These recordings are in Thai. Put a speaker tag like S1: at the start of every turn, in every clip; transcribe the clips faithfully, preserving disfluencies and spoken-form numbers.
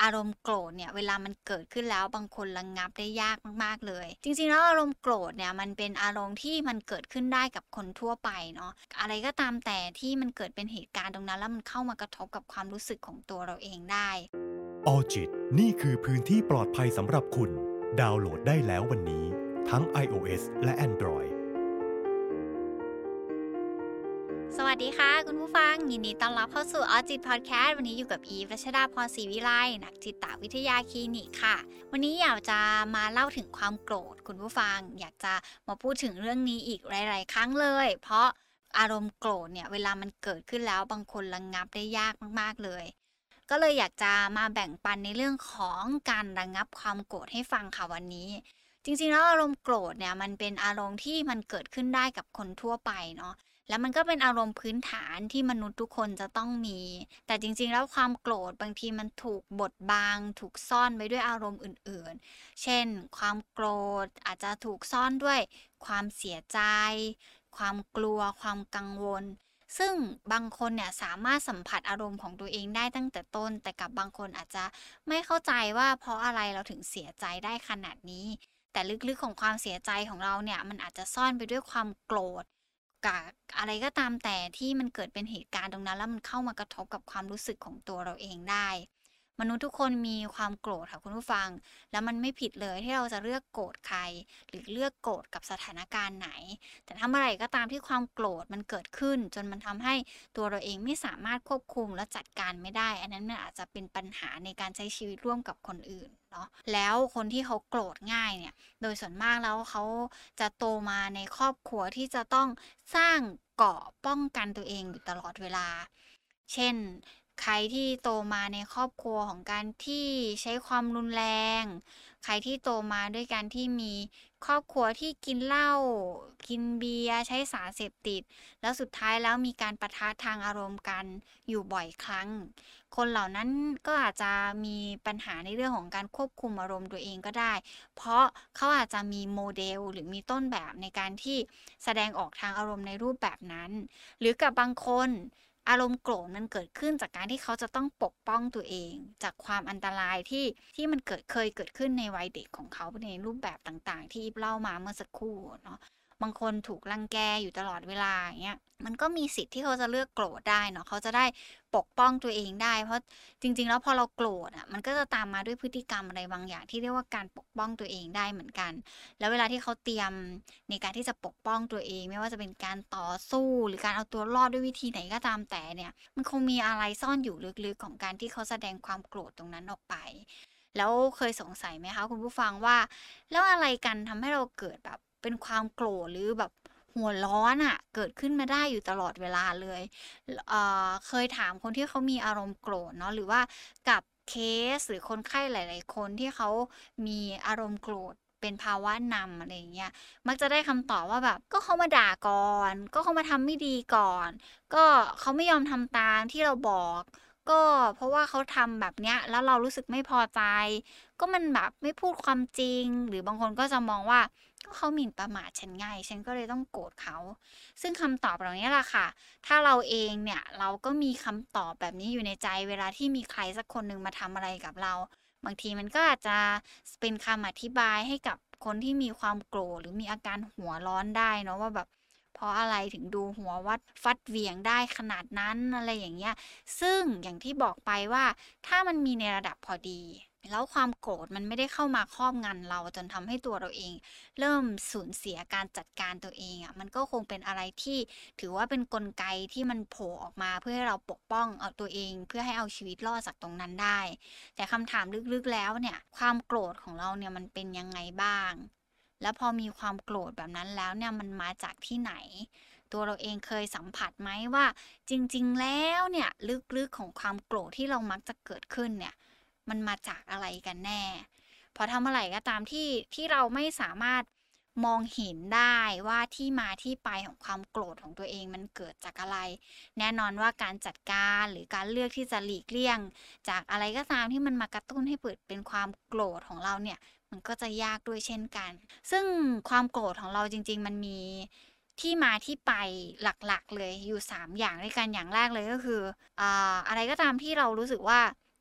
S1: ารมณ์โกรธเนี่ยเวลามันเกิดขึ้นแล้วบางคนระงับได้ยากมากๆเลยจริงๆแล้วอารมณ์โกรธเนี่ยมันเป็นอารมณ์ที่มันเกิดขึ้นได้กับคนทั่วไปเนาะอะไรก็ตามแต่ที่มันเกิดเป็นเหตุการณ์ตรงนั้นแล้วมันเข้ามากระทบกับความรู้สึกของตัวเราเองได้
S2: ออจิตนี่คือพื้นที่ปลอดภัยสำหรับคุณดาวน์โหลดได้แล้ววันนี้ทั้ง iOS และ Android
S1: สวัสดีค่ะคุณผู้ฟังยินดีต้อนรับเข้าสู่ออจิตพอดแคสต์วันนี้อยู่กับอีฟรัชดาพรศรีวิไลนักจิตวิทยาคลินิกค่ะวันนี้อยากจะมาเล่าถึงความโกรธคุณผู้ฟังอยากจะมาพูดถึงเรื่องนี้อีกหลายๆครั้งเลยเพราะอารมณ์โกรธเนี่ยเวลามันเกิดขึ้นแล้วบางคนระงับได้ยากมากๆเลยก็เลยอยากจะมาแบ่งปันในเรื่องของการระงับความโกรธให้ฟังค่ะวันนี้จริงๆแล้วอารมณ์โกรธเนี่ยมันเป็นอารมณ์ที่มันเกิดขึ้นได้กับคนทั่วไปเนาะ แล้วมันก็เป็นอารมณ์พื้นฐานที่มนุษย์ทุกคนจะต้องมี แต่จริงๆแล้วความโกรธบางทีมันถูกบดบังถูกซ่อนไว้ด้วยอารมณ์อื่นๆ เช่นความโกรธอาจจะถูกซ่อนด้วยความเสียใจ ความกลัวความกังวล ซึ่งบางคนเนี่ยสามารถสัมผัสอารมณ์ของตัวเองได้ตั้งแต่ต้น แต่กับบางคนอาจจะไม่เข้าใจว่าเพราะอะไรเราถึงเสียใจได้ขนาดนี้ แต่ลึกๆของความเสียใจของเราเนี่ยมันอาจจะซ่อนไปด้วยความโกรธ กับอะไรก็ตามแต่ที่มันเกิดเป็นเหตุการณ์ตรงนั้นแล้วมันเข้ามากระทบกับความรู้สึกของตัวเราเองได้มนุษย์ทุกคนมีความโกรธค่ะคุณผู้ฟังแล้วมันไม่ผิดเลยที่เราจะเลือกโกรธใครหรือเลือกโกรธกับสถานการณ์ไหนแต่ถ้าเมื่อไหร่ก็ตามที่ความโกรธมันเกิดขึ้นจนมันทำให้ตัวเราเองไม่สามารถควบคุมและจัดการไม่ได้อันนั้นมันอาจจะเป็นปัญหาในการใช้ชีวิตร่วมกับคนอื่นเนาะแล้วคนที่เขาโกรธง่ายเนี่ยโดยส่วนมากแล้วเขาจะโตมาในครอบครัวที่จะต้องสร้างเกราะป้องกันตัวเองอยู่ตลอดเวลาเช่นใครที่โตมาในครอบครัวของการที่ใช้ความรุนแรงใครที่โตมาด้วยการที่มีครอบครัวที่กินเหล้ากินเบียร์ใช้สารเสพติดแล้วสุดท้ายแล้วมีการปะทะทางอารมณ์กันอยู่บ่อยครั้งคนเหล่านั้นก็อาจจะมีปัญหาในเรื่องของการควบคุมอารมณ์ตัวเองก็ได้เพราะเขาอาจจะมีโมเดลหรือมีต้นแบบในการที่แสดงออกทางอารมณ์ในรูปแบบนั้นหรือกับบางคนอารมณ์โกรธมันเกิดขึ้นจากการที่เขาจะต้องปกป้องตัวเองจากความอันตรายที่ที่มันเกิดเคยเกิดขึ้นในวัยเด็กของเขาในรูปแบบต่างๆที่เล่ามาเมื่อสักครู่เนาะบางคนถูกรังแกอยู่ตลอดเวลาอย่างเงี้ยมันก็มีสิทธิ์ที่เขาจะเลือกโกรธได้เนาะเขาจะได้ปกป้องตัวเองได้เพราะจริงๆแล้วพอเราโกรธอ่ะมันก็จะตามมาด้วยพฤติกรรมอะไรบางอย่างที่เรียกว่าการปกป้องตัวเองได้เหมือนกันแล้วเวลาที่เขาเตรียมในการที่จะปกป้องตัวเองไม่ว่าจะเป็นการต่อสู้หรือการเอาตัวรอดด้วยวิธีไหนก็ตามแต่เนี่ยมันคงมีอะไรซ่อนอยู่ลึกๆของการที่เขาแสดงความโกรธตรงนั้นออกไปแล้วเคยสงสัยไหมคะคุณผู้ฟังว่าแล้วอะไรกันทำให้เราเกิดแบบเป็นความโกรธหรือแบบหัวร้อนอะเกิดขึ้นมาได้อยู่ตลอดเวลาเลยเอ่อเคยถามคนที่เขามีอารมณ์โกรธเนาะหรือว่ากับเคสหรือคนไข้หลายๆคนที่เขามีอารมณ์โกรธเป็นภาวะนำอะไรอย่างเงี้ยมักจะได้คำตอบว่าแบบก็เขามาด่าก่อนก็เขามาทำไม่ดีก่อนก็เขาไม่ยอมทำตามที่เราบอกก็เพราะว่าเขาทำแบบเนี้ยแล้วเรารู้สึกไม่พอใจก็มันแบบไม่พูดความจริงหรือบางคนก็จะมองว่าก็เขาหมิ่นประมาทฉันไงฉันก็เลยต้องโกรธเขาซึ่งคำตอบเหล่านี้แหละค่ะถ้าเราเองเนี่ยเราก็มีคำตอบแบบนี้อยู่ในใจเวลาที่มีใครสักคนหนึ่งมาทำอะไรกับเราบางทีมันก็อาจจะเป็นคำอธิบายให้กับคนที่มีความโกรธหรือมีอาการหัวร้อนได้เนาะว่าแบบเพราะอะไรถึงดูหัววัดฟัดเหวี่ยงได้ขนาดนั้นอะไรอย่างเงี้ยซึ่งอย่างที่บอกไปว่าถ้ามันมีในระดับพอดีแล้วความโกรธมันไม่ได้เข้ามาครอบงำเราจนทำให้ตัวเราเองเริ่มสูญเสียการจัดการตัวเองอะมันก็คงเป็นอะไรที่ถือว่าเป็นกลไกที่มันโผล่ออกมาเพื่อให้เราปกป้องเอาตัวเองเพื่อให้เอาชีวิตรอดจากตรงนั้นได้แต่คำถามลึกๆแล้วเนี่ยความโกรธของเราเนี่ยมันเป็นยังไงบ้างแล้วพอมีความโกรธแบบนั้นแล้วเนี่ยมันมาจากที่ไหนตัวเราเองเคยสัมผัสไหมว่าจริงๆแล้วเนี่ยลึกๆของความโกรธที่เรามักจะเกิดขึ้นเนี่ยมันมาจากอะไรกันแน่พอทำอะไรก็ตามที่ที่เราไม่สามารถมองเห็นได้ว่าที่มาที่ไปของความโกรธของตัวเองมันเกิดจากอะไรแน่นอนว่าการจัดการหรือการเลือกที่จะหลีกเลี่ยงจากอะไรก็ตามที่มันมากระตุ้นให้เกิดเป็นความโกรธของเราเนี่ยมันก็จะยากด้วยเช่นกันซึ่งความโกรธของเราจริงๆมันมีที่มาที่ไปหลักๆเลยอยู่สามอย่างด้วยกันอย่างแรกเลยก็คืออ่าอะไรก็ตามที่เรารู้สึกว่า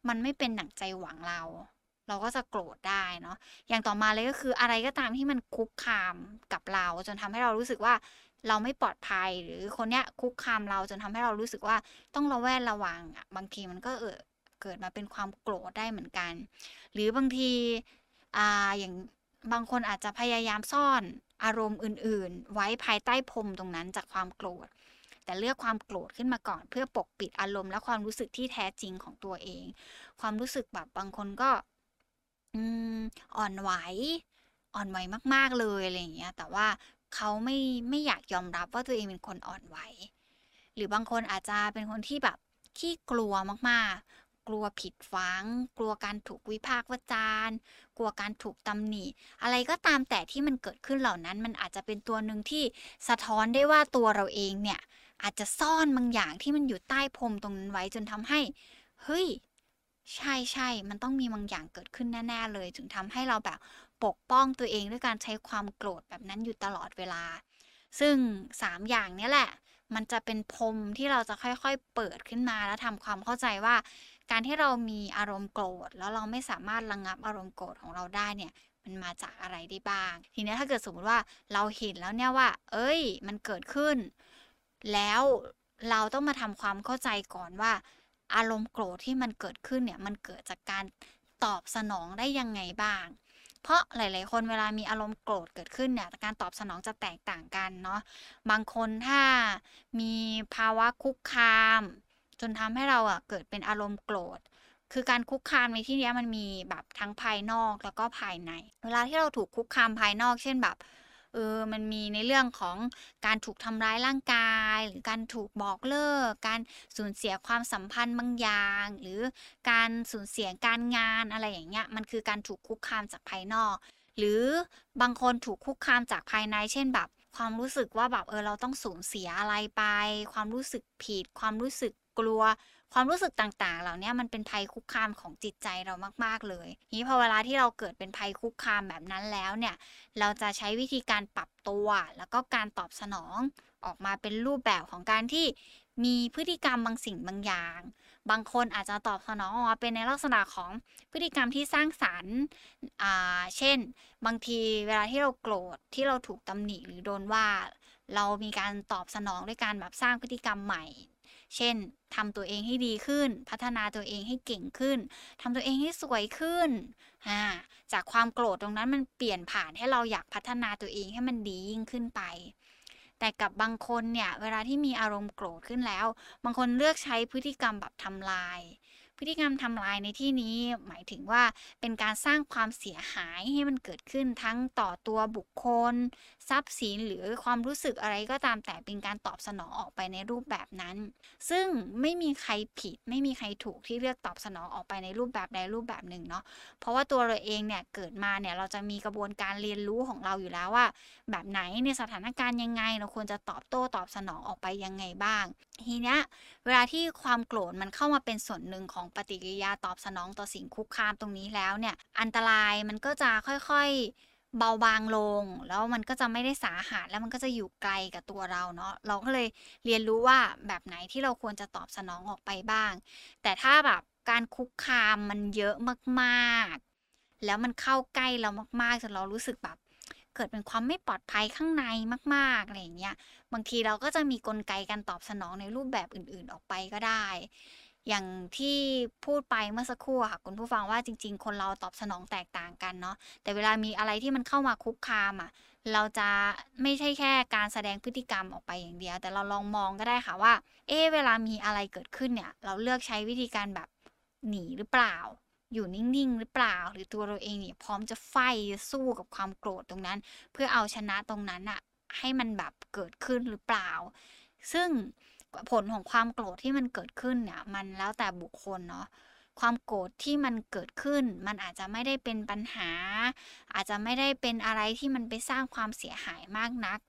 S1: มันไม่เป็นดั่งใจหวังเราเราก็จะโกรธได้เนาะอย่างต่อมาเลยก็คืออะไรก็ตามที่มันคุกคามกับเราจนทำให้เรารู้สึกว่าเราไม่ปลอดภัยหรือคนเนี้ยคุกคามเราจนทำให้เรารู้สึกว่าต้องระแวดระวังอะบางทีมันก็เออเกิดมาเป็นความโกรธได้เหมือนกันหรือบางทีอ่าอย่างบางคนอาจจะพยายามซ่อนอารมณ์อื่นๆไว้ภายใต้พรมตรงนั้นจากความโกรธแต่เลือกความโกรธขึ้นมาก่อนเพื่อปกปิดอารมณ์และความรู้สึกที่แท้จริงของตัวเองความรู้สึกแบบบางคนก็อืมอ่อนไหวอ่อนไหวมากๆเลยอะไรอย่างเงี้ยแต่ว่าเขาไม่ไม่อยากยอมรับว่าตัวเองเป็นคนอ่อนไหวหรือบางคนอาจจะเป็นคนที่แบบขี้กลัวมากๆกลัวผิดหวังกลัวการถูกวิพากษ์วิจารณ์กลัวการถูกตำหนิอะไรก็ตามแต่ที่มันเกิดขึ้นเหล่านั้นมันอาจจะเป็นตัวหนึ่งที่สะท้อนได้ว่าตัวเราเองเนี่ยอาจจะซ่อนบางอย่างที่มันอยู่ใต้พรมตรงนั้นไว้จนทำให้เฮ้ย ใช่ๆมันต้องมีบางอย่างเกิดขึ้นแน่ๆเลยถึงทำให้เราแบบปกป้องตัวเองด้วยการใช้ความโกรธแบบนั้นอยู่ตลอดเวลาซึ่งสามอย่างเนี้ยแหละมันจะเป็นพรมที่เราจะค่อยๆเปิดขึ้นมาแล้วทำความเข้าใจว่าการที่เรามีอารมณ์โกรธแล้วเราไม่สามารถระงับอารมณ์โกรธของเราได้เนี่ยมันมาจากอะไรได้บ้างทีเนี้ยถ้าเกิดสมมุติว่าเราเห็นแล้วเนี่ยว่าเฮ้ยมันเกิดขึ้นแล้วเราต้องมาทำความเข้าใจก่อนว่า อารมณ์โกรธที่มันเกิดขึ้นเนี่ยมันเกิดจากการตอบสนองได้ยังไงบ้าง เพราะหลายๆคนเวลามีอารมณ์โกรธเกิดขึ้นเนี่ยการตอบสนองจะแตกต่างกันเนาะบางคนถ้ามีภาวะคุกคามจนทำให้เราอะเกิดเป็นอารมณ์โกรธคือการคุกคามในที่นี้มันมีแบบทั้งภายนอกแล้วก็ภายในเวลาที่เราถูกคุกคามภายนอกเช่นแบบเออมันมีในเรื่องของการถูกทำร้ายร่างกายหรือการถูกบอกเลิกการสูญเสียความสัมพันธ์บางอย่างหรือการสูญเสียการงานอะไรอย่างเงี้ยมันคือการถูกคุกคามจากภายนอกหรือบางคนถูกคุกคามจากภายในเช่นแบบความรู้สึกว่าแบบเออเราต้องสูญเสียอะไรไปความรู้สึกผิดความรู้สึกกลัวความรู้สึกต่างๆเหล่านี้มันเป็นภัยคุกคามของจิตใจเรามากๆเลยทีนี้พอเวลาที่เราเกิดเป็นภัยคุกคามแบบนั้นแล้วเนี่ยเราจะใช้วิธีการปรับตัวแล้วก็การตอบสนองออกมาเป็นรูปแบบของการที่มีพฤติกรรมบางสิ่งบางอย่างบางคนอาจจะตอบสนองออกมาเป็นในลักษณะของพฤติกรรมที่สร้างสรรค์อ่าเช่นบางทีเวลาที่เราโกรธที่เราถูกตำหนิหรือโดนว่าเรามีการตอบสนองด้วยการแบบสร้างพฤติกรรมใหม่เช่นทำตัวเองให้ดีขึ้นพัฒนาตัวเองให้เก่งขึ้นทำตัวเองให้สวยขึ้นอ่าจากความโกรธตรงนั้นมันเปลี่ยนผ่านให้เราอยากพัฒนาตัวเองให้มันดียิ่งขึ้นไปแต่กับบางคนเนี่ยเวลาที่มีอารมณ์โกรธขึ้นแล้วบางคนเลือกใช้พฤติกรรมแบบทำลายพฤติกรรมทำลายในที่นี้หมายถึงว่าเป็นการสร้างความเสียหายให้มันเกิดขึ้นทั้งต่อตัวบุคคลทรัพย์สินหรือความรู้สึกอะไรก็ตามแต่เป็นการตอบสนองออกไปในรูปแบบนั้นซึ่งไม่มีใครผิดไม่มีใครถูกที่เลือกตอบสนองออกไปในรูปแบบใดรูปแบบหนึ่งเนาะเพราะว่าตัวเราเองเนี่ยเกิดมาเนี่ยเราจะมีกระบวนการเรียนรู้ของเราอยู่แล้วว่าแบบไหนในสถานการณ์ยังไงเราควรจะตอบโต้ตอบสนองออกไปยังไงบ้างทีเนี้ยเวลาที่ความโกรธมันเข้ามาเป็นส่วนหนึ่งของปฏิกิริยาตอบสนองต่อสิ่งคุกคามตรงนี้แล้วเนี่ยอันตรายมันก็จะค่อยๆเบาบางลงแล้วมันก็จะไม่ได้สาหัสแล้วมันก็จะอยู่ไกลกับตัวเราเนาะเราก็เลยเรียนรู้ว่าแบบไหนที่เราควรจะตอบสนองออกไปบ้างแต่ถ้าแบบการคุกคามมันเยอะมากๆแล้วมันเข้าใกล้เรามากๆจนเรารู้สึกแบบเกิดเป็นความไม่ปลอดภัยข้างในมากๆอะไรอย่างเงี้ยบางทีเราก็จะมีกลไกการตอบสนองในรูปแบบอื่นๆออกไปก็ได้อย่างที่พูดไปเมื่อสักครู่อะค่ะคุณผู้ฟังว่าจริงๆคนเราตอบสนองแตกต่างกันเนาะแต่เวลามีอะไรที่มันเข้ามาคุกคามอะเราจะไม่ใช่แค่การแสดงพฤติกรรมออกไปอย่างเดียวแต่เราลองมองก็ได้ค่ะว่าเอ๊ะเวลามีอะไรเกิดขึ้นเนี่ยเราเลือกใช้วิธีการแบบหนีหรือเปล่าอยู่นิ่งๆหรือเปล่าหรือตัวเราเองเนี่ยพร้อมจะไฟจะสู้กับความโกรธตรงนั้นเพื่อเอาชนะตรงนั้นอะให้มันแบบเกิดขึ้นหรือเปล่าซึ่งผลของความโกรธที่มันเกิดขึ้นเนี่ยมันแล้วแต่บุคคลเนาะความโกรธที่มันเกิดขึ้นมันอาจจะไม่ได้เป็นปัญหาอาจจะไม่ได้เป็นอะไรที่มันไปสร้างความเสียหายมากนัก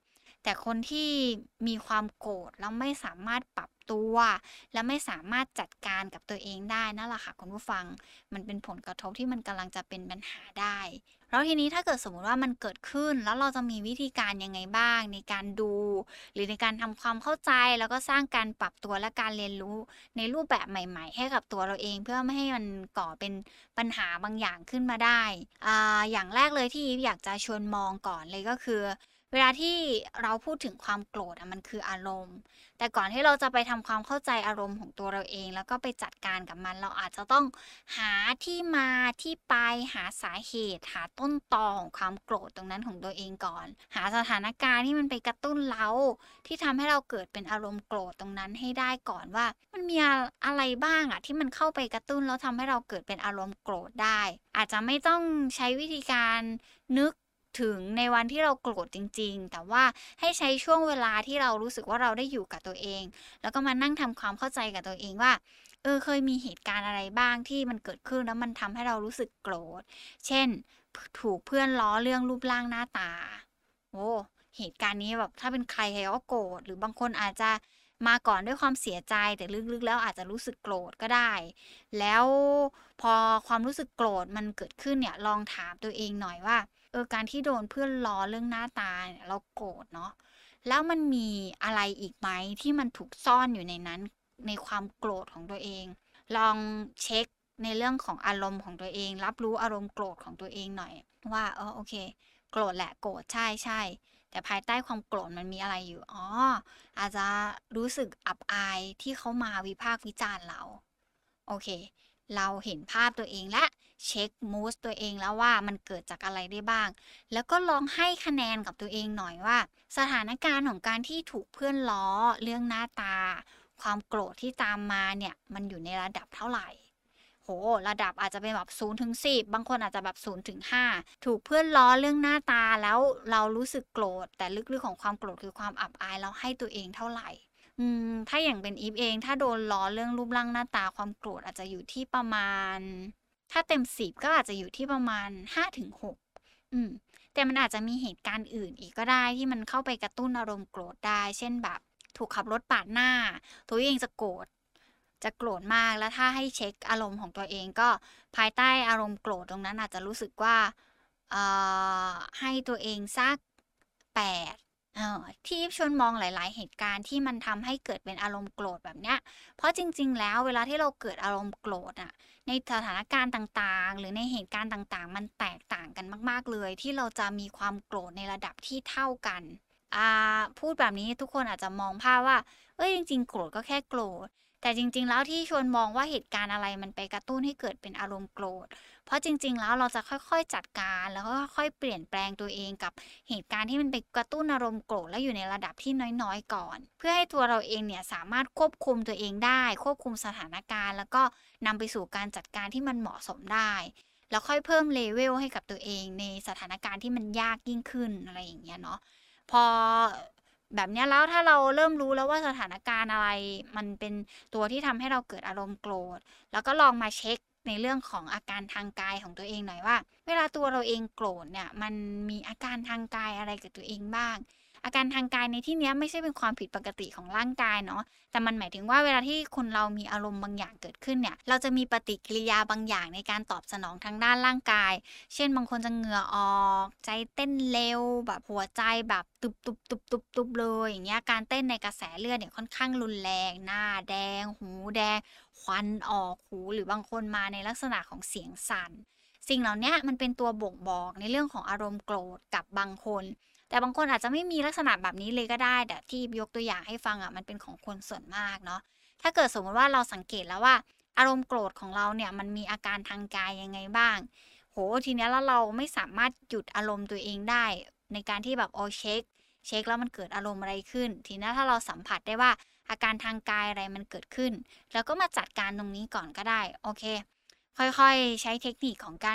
S1: แต่คนที่มีความโกรธแล้วไม่สามารถปรับตัวและไม่สามารถจัดการกับตัวเองได้นั่นแหละค่ะคุณผู้ฟังมันเป็นผลกระทบที่มันกำลังจะเป็นปัญหาได้แล้วทีนี้ถ้าเกิดสมมุติว่ามันเกิดขึ้นแล้วเราจะมีวิธีการยังไงบ้างในการดูหรือในการทำความเข้าใจแล้วก็สร้างการปรับตัวและการเรียนรู้ในรูปแบบใหม่ๆให้กับตัวเราเองเพื่อไม่ให้มันก่อเป็นปัญหาบางอย่างขึ้นมาได้อ่าอย่างแรกเลยที่อยากจะชวนมองก่อนเลยก็คือเวลาที่เราพูดถึงความโกรธอะมันคืออารมณ์แต่ก่อนที่เราจะไปทำความเข้าใจอารมณ์ของตัวเราเองแล้วก็ไปจัดการกับมันเราอาจจะต้องหาที่มาที่ไปหาสาเหตุหาต้นตอของความโกรธตรงนั้นของตัวเองก่อนหาสถานการณ์ที่มันไปกระตุ้นเราที่ทำให้เราเกิดเป็นอารมณ์โกรธตรงนั้นให้ได้ก่อนว่ามันมีอะไรบ้างอะที่มันเข้าไปกระตุ้นแล้วทำให้เราเกิดเป็นอารมณ์โกรธได้อาจจะไม่ต้องใช้วิธีการนึกถึงในวันที่เราโกรธจริงๆแต่ว่าให้ใช้ช่วงเวลาที่เรารู้สึกว่าเราได้อยู่กับตัวเองแล้วก็มานั่งทำความเข้าใจกับตัวเองว่าเออเคยมีเหตุการณ์อะไรบ้างที่มันเกิดขึ้นแล้วมันทำให้เรารู้สึกโกรธเช่นถูกเพื่อนล้อเรื่องรูปร่างหน้าตาโอ้เหตุการณ์นี้แบบถ้าเป็นใครใครก็โกรธหรือบางคนอาจจะมาก่อนด้วยความเสียใจแต่ลึกๆแล้วอาจจะรู้สึกโกรธก็ได้แล้วพอความรู้สึกโกรธมันเกิดขึ้นเนี่ยลองถามตัวเองหน่อยว่าเออการที่โดนเพื่อนล้อเรื่องหน้าตาเนี่ยเราโกรธเนาะแล้วมันมีอะไรอีกไหมที่มันถูกซ่อนอยู่ในนั้นในความโกรธของตัวเองลองเช็คในเรื่องของอารมณ์ของตัวเองรับรู้อารมณ์โกรธของตัวเองหน่อยว่าเออโอเคโกรธแหละโกรธใช่ใช่แต่ภายใต้ความโกรธมันมีอะไรอยู่อ๋ออาจจะรู้สึกอับอายที่เขามาวิพากษ์วิจารณ์เราโอเคเราเห็นภาพตัวเองและเช็คมูสตัวเองแล้วว่ามันเกิดจากอะไรได้บ้างแล้วก็ลองให้คะแนนกับตัวเองหน่อยว่าสถานการณ์ของการที่ถูกเพื่อนล้อเรื่องหน้าตาความโกรธที่ตามมาเนี่ยมันอยู่ในระดับเท่าไหร่โหระดับอาจจะเป็นแบบศูนย์ถึงสิบบางคนอาจจะแบบศูนย์ถึงห้าถูกเพื่อนล้อเรื่องหน้าตาแล้วเรารู้สึกโกรธแต่ลึกๆของความโกรธคือความอับอายแล้วให้ตัวเองเท่าไหร่อืมถ้าอย่างเป็นอีฟเองถ้าโดนล้อเรื่องรูปร่างหน้าตาความโกรธอาจจะอยู่ที่ประมาณถ้าเต็มสิบก็อาจจะอยู่ที่ประมาณห้าถึงหกอืมแต่มันอาจจะมีเหตุการณ์อื่นอีกก็ได้ที่มันเข้าไปกระตุ้นอารมณ์โกรธได้เช่นแบบถูกขับรถปาดหน้าตัวเองจะโกรธจะโกรธมากแล้วถ้าให้เช็คอารมณ์ของตัวเองก็ภายใต้อารมณ์โกรธตรงนั้นอาจจะรู้สึกว่าเอ่อให้ตัวเองสักแปด เอ่อที่ชวนมองหลายๆเหตุการณ์ที่มันทำให้เกิดเป็นอารมณ์โกรธแบบเนี้ยเพราะจริงๆแล้วเวลาที่เราเกิดอารมณ์โกรธอะในสถานการณ์ต่างๆหรือในเหตุการณ์ต่างๆมันแตกต่างกันมากๆเลยที่เราจะมีความโกรธในระดับที่เท่ากันอ่าพูดแบบนี้ทุกคนอาจจะมองภาพว่าเอ้ยจริงๆโกรธก็แค่โกรธแต่จริงๆแล้วที่ชวนมองว่าเหตุการณ์อะไรมันไปกระตุ้นให้เกิดเป็นอารมณ์โกรธเพราะจริงๆแล้วเราจะค่อยๆจัดการแล้วก็ค่อยๆเปลี่ยนแปลงตัวเองกับ เหตุการณ์ที่มันไปกระตุ้นอารมณ์โกรธและอยู่ในระดับที่น้อยๆก่อนเพื่อให้ตัวเราเองเนี่ยสามารถควบคุมตัวเองได้ควบคุมสถานการณ์แล้วก็นำไปสู่การจัดการที่มันเหมาะสมได้แล้วค่อยเพิ่มเลเวลให้กับตัวเองในสถานการณ์ที่มันยากยิ่งขึ้นอะไรอย่างเงี้ยเนาะพอแบบเนี้ยแล้วถ้าเราเริ่มรู้แล้วว่าสถานการณ์อะไรมันเป็นตัวที่ทำให้เราเกิดอารมณ์โกรธแล้วก็ลองมาเช็คในเรื่องของอาการทางกายของตัวเองหน่อยว่าเวลาตัวเราเองโกรธเนี่ยมันมีอาการทางกายอะไรกับตัวเองบ้างอาการทางกายในที่เนี้ยไม่ใช่เป็นความผิดปกติของร่างกายเนาะแต่มันหมายถึงว่าเวลาที่คนเรามีอารมณ์บางอย่างเกิดขึ้นเนี่ยเราจะมีปฏิกิริยาบางอย่างในการตอบสนองทางด้านร่างกายเช่นบางคนจะเหงื่อออกใจเต้นเร็วแบบหัวใจแบบตุบตุบตุบตุบตุบเลยอย่างเงี้ยการเต้นในกระแสเลือดเนี่ยค่อนข้างรุนแรงหน้าแดงหูแดงควันออกหูหรือบางคนมาในลักษณะของเสียงสั่นสิ่งเหล่านี้มันเป็นตัวบ่งบอกในเรื่องของอารมณ์โกรธกับบางคนแต่บางคนอาจจะไม่มีลักษณะแบบนี้เลยก็ได้แต่ที่ยกตัวอย่างให้ฟังอ่ะมันเป็นของคนส่วนมากเนาะถ้าเกิดสมมติว่าเราสังเกตแล้วว่าอารมณ์โกรธของเราเนี่ยมันมีอาการทางกายยังไงบ้างโหทีเนี้ยแล้วเราไม่สามารถหยุดอารมณ์ตัวเองได้ในการที่แบบโอเช็คเช็คแล้วมันเกิดอารมณ์อะไรขึ้นทีนี้ถ้าเราสัมผัสได้ว่าอาการทางกายอะไรมันเกิดขึ้นแล้วก็มาจัดการตรงนี้ก่อนก็ได้โอเคค่อยๆใช้เทคนิคของการแบบ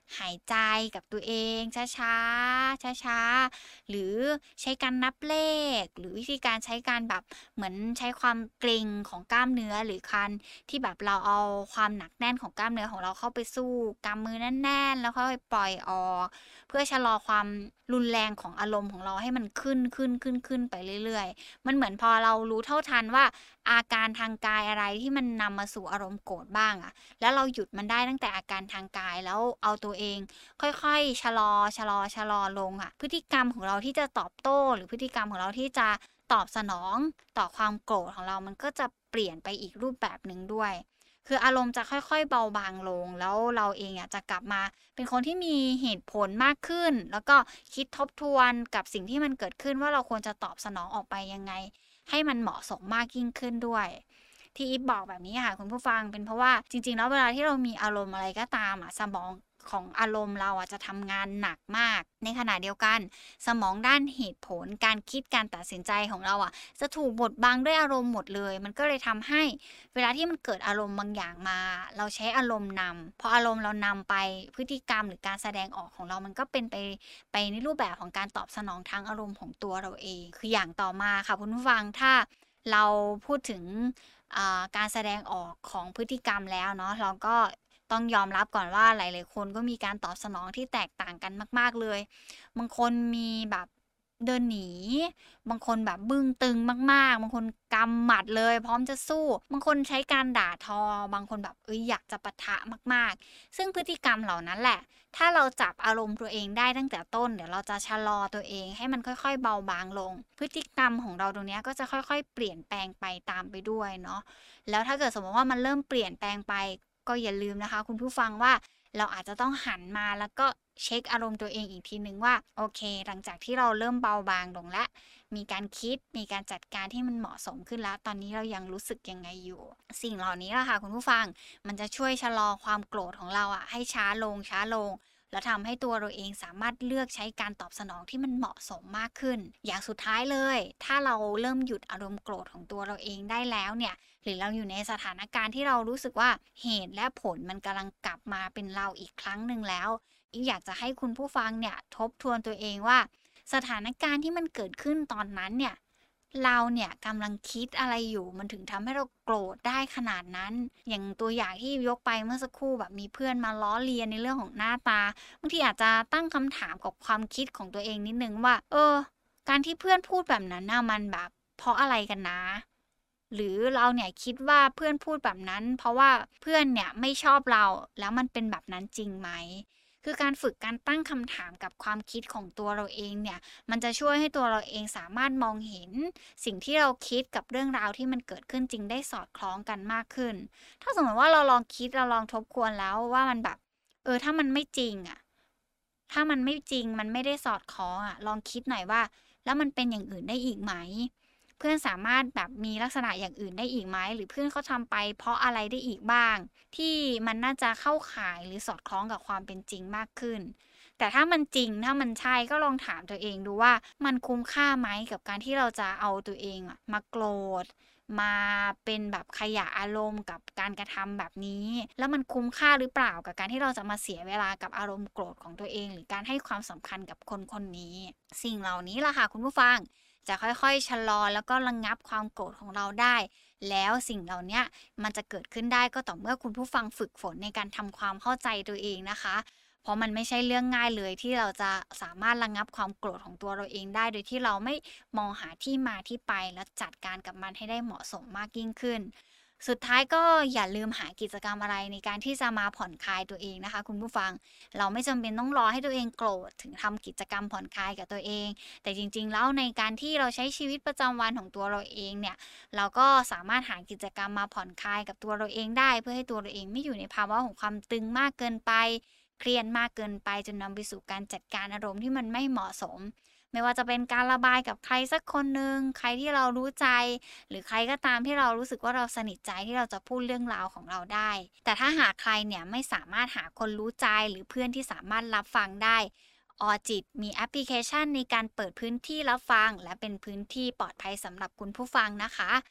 S1: หายใจกับตัวเองช้าๆช้าๆหรือใช้การนับเลขหรือวิธีการใช้การแบบเหมือนใช้ความเกร็งของกล้ามเนื้อหรือการที่แบบเราเอาความหนักแน่นของกล้ามเนื้อของเราเข้าไปสู้กำมือแน่นๆแล้วค่อยปล่อยออกเพื่อชะลอความรุนแรงของอารมณ์ของเราให้มันขึ้นขึ้นขึ้นขึ้นไปเรื่อยๆมันเหมือนพอเรารู้เท่าทันว่าอาการทางกายอะไรที่มันนำมาสู่อารมณ์โกรธบ้างอะแล้วเราหยุดมันได้ตั้งแต่อาการทางกายแล้วเอาตัวเองค่อยๆชะลอชะลอชะลอลงอะพฤติกรรมของเราที่จะตอบโต้หรือพฤติกรรมของเราที่จะตอบสนองต่อความโกรธของเรามันก็จะเปลี่ยนไปอีกรูปแบบหนึ่งด้วยคืออารมณ์จะค่อยๆเบาบางลงแล้วเราเองอะจะกลับมาเป็นคนที่มีเหตุผลมากขึ้นแล้วก็คิดทบทวนกับสิ่งที่มันเกิดขึ้นว่าเราควรจะตอบสนองออกไปยังไงให้มันเหมาะสมมากยิ่งขึ้นด้วยที่อีฟบอกแบบนี้ค่ะคุณผู้ฟังเป็นเพราะว่าจริงๆแล้วเวลาที่เรามีอารมณ์อะไรก็ตามอ่ะสมองของอารมณ์เราอ่ะจะทำงานหนักมากในขณะเดียวกันสมองด้านเหตุผลการคิดการตัดสินใจของเราอ่ะจะถูกบดบังด้วยอารมณ์หมดเลยมันก็เลยทำให้เวลาที่มันเกิดอารมณ์บางอย่างมาเราใช้อารมณ์นำพออารมณ์เรานำไปพฤติกรรมหรือการแสดงออกของเรามันก็เป็นไปไปในรูปแบบของการตอบสนองทางอารมณ์ของตัวเราเองคืออย่างต่อมาค่ะคุณผู้ฟังถ้าเราพูดถึงการแสดงออกของพฤติกรรมแล้วเนาะเราก็ต้องยอมรับก่อนว่าหลายๆคนก็มีการตอบสนองที่แตกต่างกันมากๆเลยบางคนมีแบบเดินหนีบางคนแบบบึ้งตึงมากๆบางคนกำหมัดเลยพร้อมจะสู้บางคนใช้การด่าทอบางคนแบบเอ้ยอยากจะปะทะมากๆซึ่งพฤติกรรมเหล่านั้นแหละถ้าเราจับอารมณ์ตัวเองได้ตั้งแต่ต้นเดี๋ยวเราจะชะลอตัวเองให้มันค่อยๆเบาบางลงพฤติกรรมของเราตรงนี้ก็จะค่อยๆเปลี่ยนแปลงไปตามไปด้วยเนาะแล้วถ้าเกิดสมมติว่ามันเริ่มเปลี่ยนแปลงไปก็อย่าลืมนะคะคุณผู้ฟังว่าเราอาจจะต้องหันมาแล้วก็เช็คอารมณ์ตัวเองอีกทีนึงว่าโอเคหลังจากที่เราเริ่มเบาบางลงแล้วมีการคิดมีการจัดการที่มันเหมาะสมขึ้นแล้วตอนนี้เรายังรู้สึกยังไงอยู่สิ่งเหล่านี้แหละค่ะคุณผู้ฟังมันจะช่วยชะลอความโกรธของเราอ่ะให้ช้าลงช้าลงแล้วทำให้ตัวเราเองสามารถเลือกใช้การตอบสนองที่มันเหมาะสมมากขึ้นอย่างสุดท้ายเลยถ้าเราเริ่มหยุดอารมณ์โกรธของตัวเราเองได้แล้วเนี่ยหรือเราอยู่ในสถานการณ์ที่เรารู้สึกว่าเหตุและผลมันกำลังกลับมาเป็นเราอีกครั้งหนึ่งแล้วอีกอยากจะให้คุณผู้ฟังเนี่ยทบทวนตัวเองว่าสถานการณ์ที่มันเกิดขึ้นตอนนั้นเนี่ยเราเนี่ยกำลังคิดอะไรอยู่มันถึงทำให้เราโกรธได้ขนาดนั้นอย่างตัวอย่างที่ยกไปเมื่อสักครู่แบบมีเพื่อนมาล้อเลียนในเรื่องของหน้าตาบางทีอาจจะตั้งคำถามกับความคิดของตัวเองนิดนึงว่าเออการที่เพื่อนพูดแบบนั้นน่ะมันแบบเพราะอะไรกันนะหรือเราเนี่ยคิดว่าเพื่อนพูดแบบนั้นเพราะว่าเพื่อนเนี่ยไม่ชอบเราแล้วมันเป็นแบบนั้นจริงไหมคือการฝึกการตั้งคำถามกับความคิดของตัวเราเองเนี่ยมันจะช่วยให้ตัวเราเองสามารถมองเห็นสิ่งที่เราคิดกับเรื่องราวที่มันเกิดขึ้นจริงได้สอดคล้องกันมากขึ้นถ้าสมมติว่าเราลองคิดเราลองทบทวนแล้วว่ามันแบบเออถ้ามันไม่จริงอ่ะถ้ามันไม่จริงมันไม่ได้สอดคล้องอ่ะลองคิดหน่อยว่าแล้วมันเป็นอย่างอื่นได้อีกไหมเพื่อนสามารถแบบมีลักษณะอย่างอื่นได้อีกไหมหรือเพื่อนเขาทำไปเพราะอะไรได้อีกบ้างที่มันน่าจะเข้าข่ายหรือสอดคล้องกับความเป็นจริงมากขึ้นแต่ถ้ามันจริงถ้ามันใช่ก็ลองถามตัวเองดูว่ามันคุ้มค่าไหมกับการที่เราจะเอาตัวเองอะมาโกรธมาเป็นแบบขยะอารมณ์กับการกระทำแบบนี้แล้วมันคุ้มค่าหรือเปล่ากับการที่เราจะมาเสียเวลากับอารมณ์โกรธของตัวเองหรือการให้ความสำคัญกับคนคนนี้สิ่งเหล่านี้ล่ะค่ะคุณผู้ฟังจะค่อยๆชะลอแล้วก็ระงับความโกรธของเราได้แล้วสิ่งเหล่านี้มันจะเกิดขึ้นได้ก็ต่อเมื่อคุณผู้ฟังฝึกฝนในการทำความเข้าใจตัวเองนะคะเพราะมันไม่ใช่เรื่องง่ายเลยที่เราจะสามารถระงับความโกรธของตัวเราเองได้โดยที่เราไม่มองหาที่มาที่ไปและจัดการกับมันให้ได้เหมาะสมมากยิ่งขึ้นสุดท้ายก็อย่าลืมหากิจกรรมอะไรในการที่จะมาผ่อนคลายตัวเองนะคะคุณผู้ฟังเราไม่จำเป็นต้องรอให้ตัวเองโกรธถึงทำกิจกรรมผ่อนคลายกับตัวเองแต่จริงๆแล้วในการที่เราใช้ชีวิตประจำวันของตัวเราเองเนี่ยเราก็สามารถหากิจกรรมมาผ่อนคลายกับตัวเราเองได้เพื่อให้ตัวเราเองไม่อยู่ในภาวะของความตึงมากเกินไปเครียดมากเกินไปจนนำไปสู่การจัดการอารมณ์ที่มันไม่เหมาะสมไม่ว่าจะเป็นการระบายกับใครสักคนนึงใครที่เรารู้ใจหรือใครก็ตามที่เรารู้สึกว่าเราสนิทใจที่เราจะพูดเรื่องราวของเราได้แต่ถ้าหากใครเนี่ยไม่สามารถหาคนรู้ใจหรือเพื่อนที่สามารถรับฟังได้ออจิตมีแอปพลิเคชันในการเปิดพื้นที่รับฟังและเป็นพื้นที่ปลอดภัยสำหรับคุณผู้ฟังนะคะ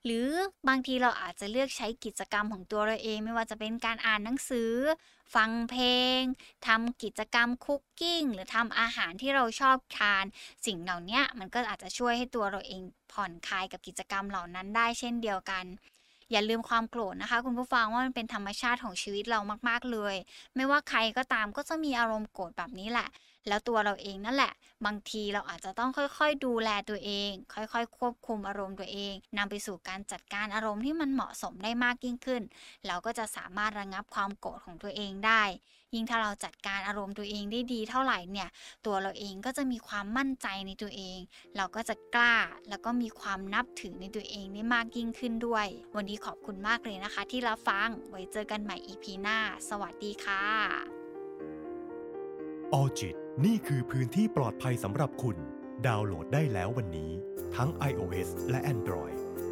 S1: หรือบางทีเราอาจจะเลือกใช้กิจกรรมของตัวเราเองไม่ว่าจะเป็นการอ่านหนังสือฟังเพลงทำกิจกรรมคุกกิ้งหรือทำอาหารที่เราชอบทานสิ่งเหล่านี้มันก็อาจจะช่วยให้ตัวเราเองผ่อนคลายกับกิจกรรมเหล่านั้นได้เช่นเดียวกันอย่าลืมความโกรธนะคะคุณผู้ฟังว่ามันเป็นธรรมชาติของชีวิตเรามากๆเลยไม่ว่าใครก็ตามก็จะมีอารมณ์โกรธแบบนี้แหละแล้วตัวเราเองนั่นแหละบางทีเราอาจจะต้องค่อยๆดูแลตัวเองค่อยๆควบคุมอารมณ์ตัวเองนำไปสู่การจัดการอารมณ์ที่มันเหมาะสมได้มากยิ่งขึ้นเราก็จะสามารถระงับความโกรธของตัวเองได้ยิ่งถ้าเราจัดการอารมณ์ตัวเองได้ดีเท่าไหร่เนี่ยตัวเราเองก็จะมีความมั่นใจในตัวเองเราก็จะกล้าแล้วก็มีความนับถือในตัวเองได้มากยิ่งขึ้นด้วยวันนี้ขอบคุณมากเลยนะคะที่รับฟังไว้เจอกันใหม่ อี พี หน้าสวัสดีค่ะ
S2: ออจิตนี่คือพื้นที่ปลอดภัยสำหรับคุณดาวน์โหลดได้แล้ววันนี้ทั้ง iOS และ Android